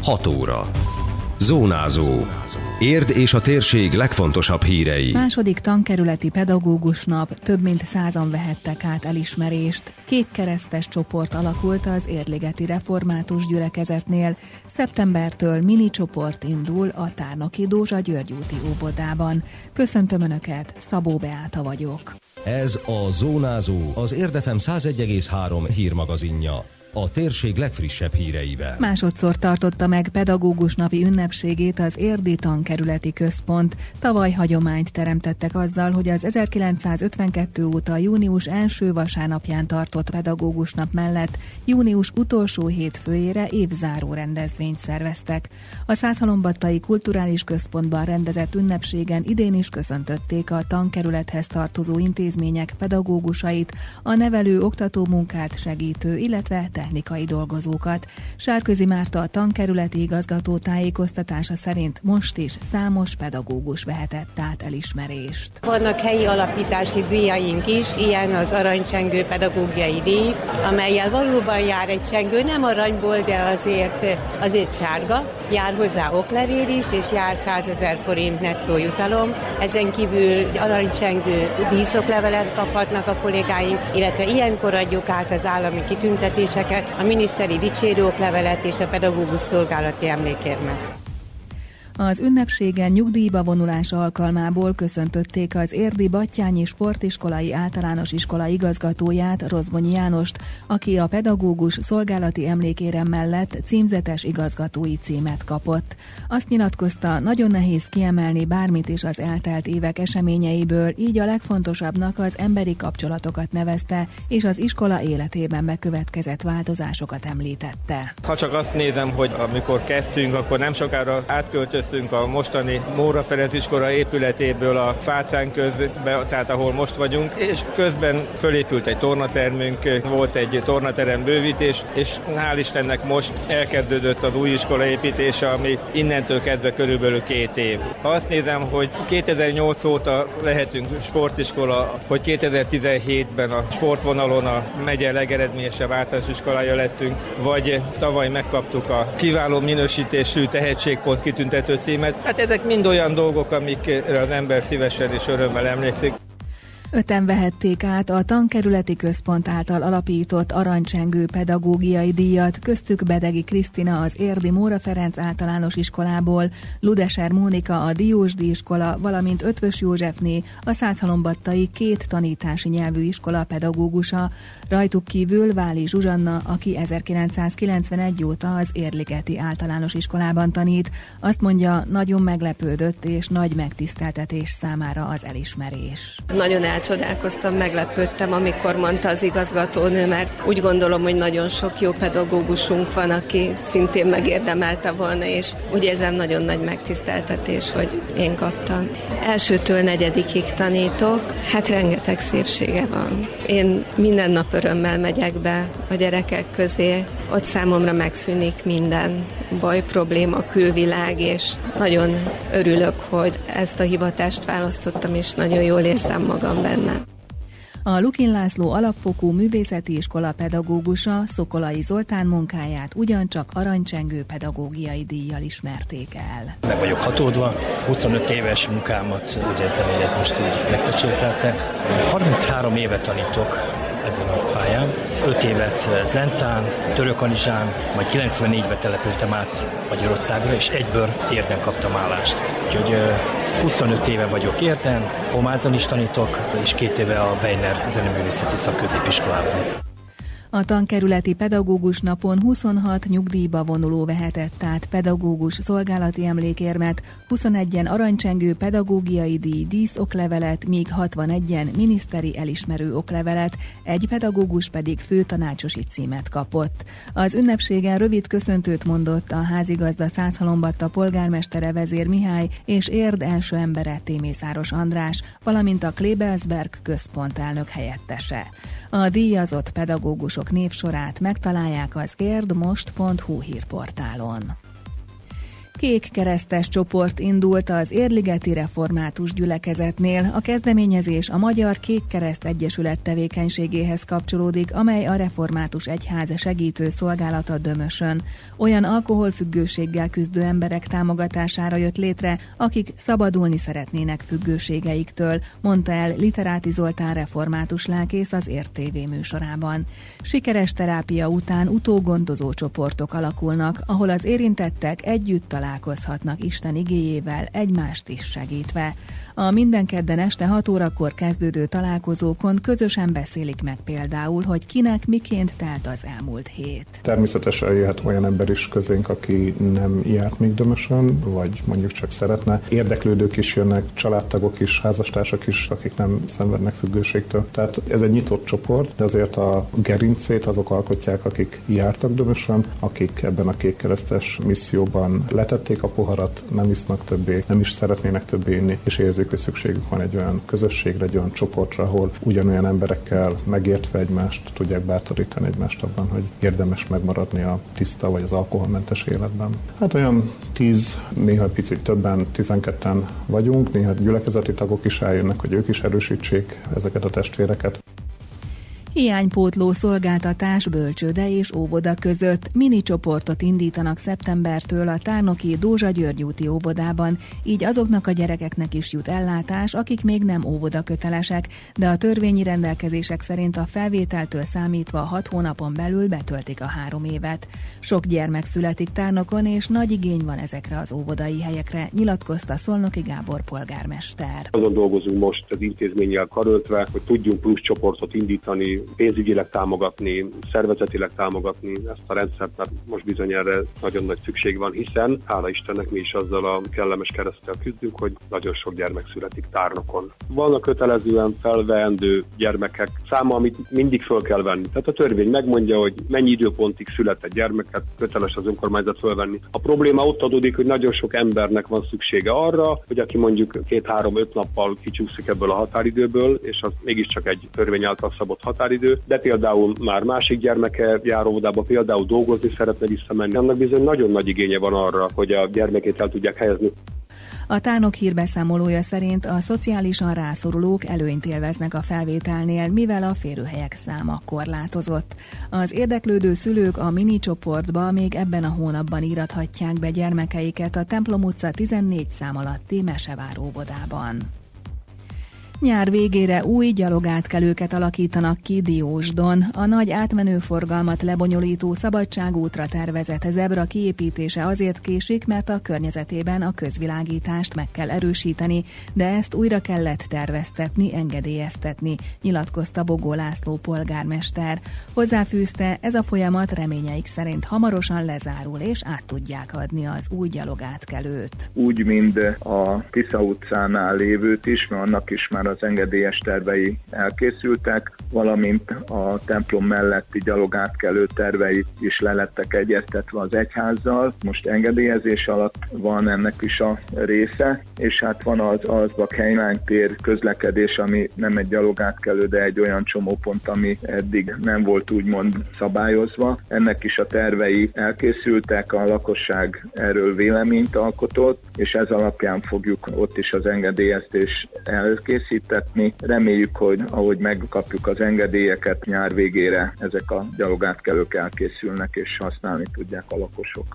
6 óra. Zónázó. Érd és a térség legfontosabb hírei. Második tankerületi pedagógus nap, több mint 100-an vehettek át elismerést. Kékkeresztes csoport alakult az Érdligeti Református Gyülekezetnél. Szeptembertől mini csoport indul a Tárnoki Dózsa György úti óvodában. Köszöntöm Önöket, Szabó Beáta vagyok. Ez a Zónázó, az Érd FM 101,3 hírmagazinja. A térség legfrissebb híreivel. Másodszor tartotta meg pedagógus napi ünnepségét az Érdi Tankerületi Központ. Tavaly hagyományt teremtettek azzal, hogy az 1952 óta június első vasárnapján tartott pedagógus nap mellett június utolsó hétfőjére évzáró rendezvényt szerveztek. A Százhalombattai Kulturális Központban rendezett ünnepségen idén is köszöntötték a tankerülethez tartozó intézmények pedagógusait, a nevelő-oktató munkát segítő, illetve technikai dolgozókat. Sárközi Márta, a tankerületi igazgató tájékoztatása szerint most is számos pedagógus vehetett át elismerést. Vannak helyi alapítási díjaink is, ilyen az aranycsengő pedagógiai díj, amellyel valóban jár egy csengő, nem aranyból, de azért sárga. Jár hozzá oklevél is, és jár 100 000 forint nettó jutalom. Ezen kívül aranycsengő díszoklevelet kaphatnak a kollégáink, illetve ilyenkor adjuk át az állami kitüntetéseket, a miniszteri dicsérő oklevelet és a pedagógus szolgálati emlékérmet. Az ünnepségen nyugdíjba vonulás alkalmából köszöntötték az érdi Battyányi Sportiskolai Általános Iskola igazgatóját, Rozgonyi Jánost, aki a pedagógus szolgálati emlékérem mellett címzetes igazgatói címet kapott. Azt nyilatkozta, nagyon nehéz kiemelni bármit is az eltelt évek eseményeiből, így a legfontosabbnak az emberi kapcsolatokat nevezte, és az iskola életében bekövetkezett változásosokat említette. Ha csak azt nézem, hogy amikor kezdtünk, akkor nem sokára átköltöztünk a mostani Móra Ferenc iskola épületéből a Fácán közbe, tehát ahol most vagyunk, és közben fölépült egy tornatermünk, volt egy tornaterem bővítés, és hál' Istennek most elkezdődött az új iskola építése, ami innentől kezdve körülbelül 2 év. Ha azt nézem, hogy 2008 óta lehetünk sportiskola, hogy 2017-ben a sportvonalon a megye legeredményesebb általános iskolája lettünk, vagy tavaly megkaptuk a kiváló minősítésű tehetségpont kitüntető címet. Hát ezek mind olyan dolgok, amikre az ember szívesen és örömmel emlékszik. 5-en vehették át a Tankerületi Központ által alapított aranycsengő pedagógiai díjat, köztük Bedegi Krisztina az érdi Móra Ferenc általános iskolából, Ludeser Mónika a Diósdi iskola, valamint Ötvös Józsefné a Százhalombattai 2 tanítási nyelvű iskola pedagógusa, rajtuk kívül Váli Zsuzsanna, aki 1991 óta az Érligeti általános iskolában tanít. Azt mondja, nagyon meglepődött és nagy megtiszteltetés számára az elismerés. Nagyon elcsodálkoztam, meglepődtem, amikor mondta az igazgatónő, mert úgy gondolom, hogy nagyon sok jó pedagógusunk van, aki szintén megérdemelte volna, és úgy érzem, nagyon nagy megtiszteltetés, hogy én kaptam. Elsőtől 4. tanítok, hát rengeteg szépsége van. Én minden nap örömmel megyek be a gyerekek közé, ott számomra megszűnik minden baj, probléma, külvilág, és nagyon örülök, hogy ezt a hivatást választottam, és nagyon jól érzem magam benne. A Lukin László alapfokú művészeti iskola pedagógusa, Szokolai Zoltán munkáját ugyancsak aranycsengő pedagógiai díjjal ismerték el. Meg vagyok hatódva, 25 éves munkámat úgy érzem, hogy ez most így megpecsételte. 33 éve tanítok ezen a pályán. 5 évet Zentán, Törökanizsán, majd 94-ben települtem át Magyarországra, és egyből Érden kaptam állást. Úgyhogy 25 éve vagyok Érden, Pomázon is tanítok, és 2 éve a Weiner Zeneművészeti Szakközépiskolában. A tankerületi pedagógus napon 26 nyugdíjba vonuló vehetett át pedagógus szolgálati emlékérmet, 21-en aranycsengő pedagógiai díj díszoklevelet, míg 61-en miniszteri elismerő oklevelet, egy pedagógus pedig főtanácsosi címet kapott. Az ünnepségen rövid köszöntőt mondott a házigazda Százhalombatta polgármestere Vezér Mihály és Érd első embere Témészáros András, valamint a Klebelsberg központ elnök helyettese. A díjazott pedagógusok névsorát megtalálják az érdmost.hu hírportálon. Kék keresztes csoport indult az Érligeti Református Gyülekezetnél. A kezdeményezés a Magyar Kék Kereszt Egyesület tevékenységéhez kapcsolódik, amely a Református Egyház segítő szolgálata Dömösön. Olyan alkoholfüggőséggel küzdő emberek támogatására jött létre, akik szabadulni szeretnének függőségeiktől, mondta el Literáti Zoltán református lelkész az Ért TV műsorában. Sikeres terápia után utógondozó csoportok alakulnak, ahol az érintettek együtt találkozhatnak Isten igéjével, egymást is segítve. A minden kedden este 6 órakor kezdődő találkozókon közösen beszélik meg például, hogy kinek miként telt az elmúlt hét. Természetesen jöhet olyan ember is közénk, aki nem járt még Dömösön, vagy mondjuk csak szeretne. Érdeklődők is jönnek, családtagok is, házastársak is, akik nem szenvednek függőségtől. Tehát ez egy nyitott csoport, de azért a gerincét azok alkotják, akik jártak Dömösön, akik ebben a kékkeresztes misszióban letették a poharat, nem isznak többé, nem is szeretnének többé inni, és érzik, hogy szükségük van egy olyan közösségre, egy olyan csoportra, ahol ugyanolyan emberekkel megértve egymást tudják bátorítani egymást abban, hogy érdemes megmaradni a tiszta vagy az alkoholmentes életben. Hát olyan 10, néha picit többen, 12-en vagyunk, néha gyülekezeti tagok is eljönnek, hogy ők is erősítsék ezeket a testvéreket. Hiánypótló szolgáltatás bölcsőde és óvoda között. Mini csoportot indítanak szeptembertől a tárnoki Dózsa György úti óvodában, így azoknak a gyerekeknek is jut ellátás, akik még nem óvodakötelesek, de a törvényi rendelkezések szerint a felvételtől számítva 6 hónapon belül betöltik a 3 évet. Sok gyermek születik tárnokon, és nagy igény van ezekre az óvodai helyekre, nyilatkozta Szolnoki Gábor polgármester. Azon dolgozunk most az intézménnyel karöltve, hogy tudjunk plusz csoportot indítani, pénzügyileg támogatni, szervezetileg támogatni ezt a rendszert, mert most bizony erre nagyon nagy szükség van, hiszen hála Istennek mi is azzal a kellemes kereszttel küzdünk, hogy nagyon sok gyermek születik tárnokon. Vannak kötelezően felveendő gyermekek száma, amit mindig föl kell venni. Tehát a törvény megmondja, hogy mennyi időpontig született gyermeket köteles az önkormányzat fölvenni. A probléma ott adódik, hogy nagyon sok embernek van szüksége arra, hogy aki mondjuk 2-3-5 nappal kicsúszik ebből a határidőből, és az mégiscsak egy törvény által szabott határidő, de például már másik gyermeke jár óvodába, például dolgozni szeretne visszamenni. Annak bizony nagyon nagy igénye van arra, hogy a gyermekét el tudják helyezni. A tárnok hírbeszámolója szerint a szociálisan rászorulók előnyt élveznek a felvételnél, mivel a férőhelyek száma korlátozott. Az érdeklődő szülők a mini csoportba még ebben a hónapban írathatják be gyermekeiket a Templom utca 14 szám alatti Mesevár óvodában. Nyár végére új gyalogátkelőket alakítanak ki Diósdon. A nagy átmenő forgalmat lebonyolító Szabadságútra tervezett zebra kiépítése azért késik, mert a környezetében a közvilágítást meg kell erősíteni, de ezt újra kellett terveztetni, engedélyeztetni, nyilatkozta Bogó László polgármester. Hozzáfűzte, ez a folyamat reményeik szerint hamarosan lezárul, és át tudják adni az új gyalogátkelőt. Úgy, mint a Tisza utcánál lévőt is, mert annak is már az engedélyes tervei elkészültek, valamint a templom melletti gyalogátkelő tervei is lelettek egyeztetve az egyházzal. Most engedélyezés alatt van ennek is a része, és hát van az Alsbach-Heinlein tér közlekedés, ami nem egy gyalogátkelő, de egy olyan csomópont, ami eddig nem volt úgymond szabályozva. Ennek is a tervei elkészültek, a lakosság erről véleményt alkotott, és ez alapján fogjuk ott is az engedélyezést elkészítetni. Reméljük, hogy ahogy megkapjuk az engedélyeket, nyár végére ezek a gyalogátkelők elkészülnek és használni tudják a lakosok.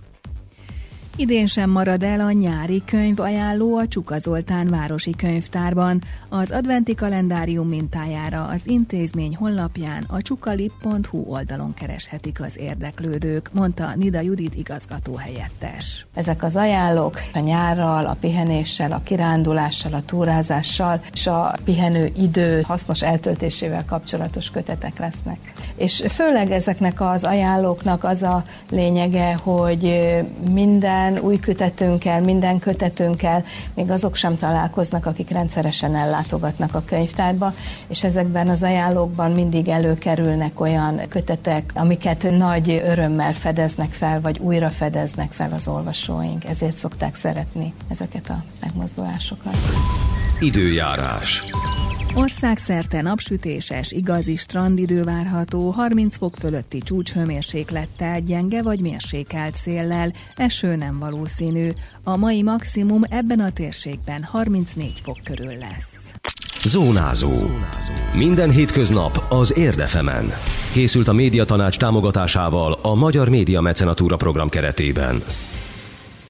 Idén sem marad el a nyári könyvajánló a Csuka Zoltán városi könyvtárban. Az adventi kalendárium mintájára az intézmény honlapján a csukalip.hu oldalon kereshetik az érdeklődők, mondta Nida Judit igazgatóhelyettes. Ezek az ajánlók a nyárral, a pihenéssel, a kirándulással, a túrázással és a pihenő idő hasznos eltöltésével kapcsolatos kötetek lesznek. És főleg ezeknek az ajánlóknak az a lényege, hogy minden új kötetünkkel, minden kötetünkkel még azok sem találkoznak, akik rendszeresen ellátogatnak a könyvtárba, és ezekben az ajánlókban mindig előkerülnek olyan kötetek, amiket nagy örömmel fedeznek fel, vagy újra fedeznek fel az olvasóink. Ezért szokták szeretni ezeket a megmozdulásokat. Időjárás. Országszerte napsütéses, igazi strandidő várható, 30 fok fölötti csúcshőmérséklettel, gyenge vagy mérsékelt széllel, eső nem valószínű. A mai maximum ebben a térségben 34 fok körül lesz. Zónázó. Minden hétköznap az Érdefemen. Készült a Médiatanács támogatásával a Magyar Média Mecenatúra program keretében.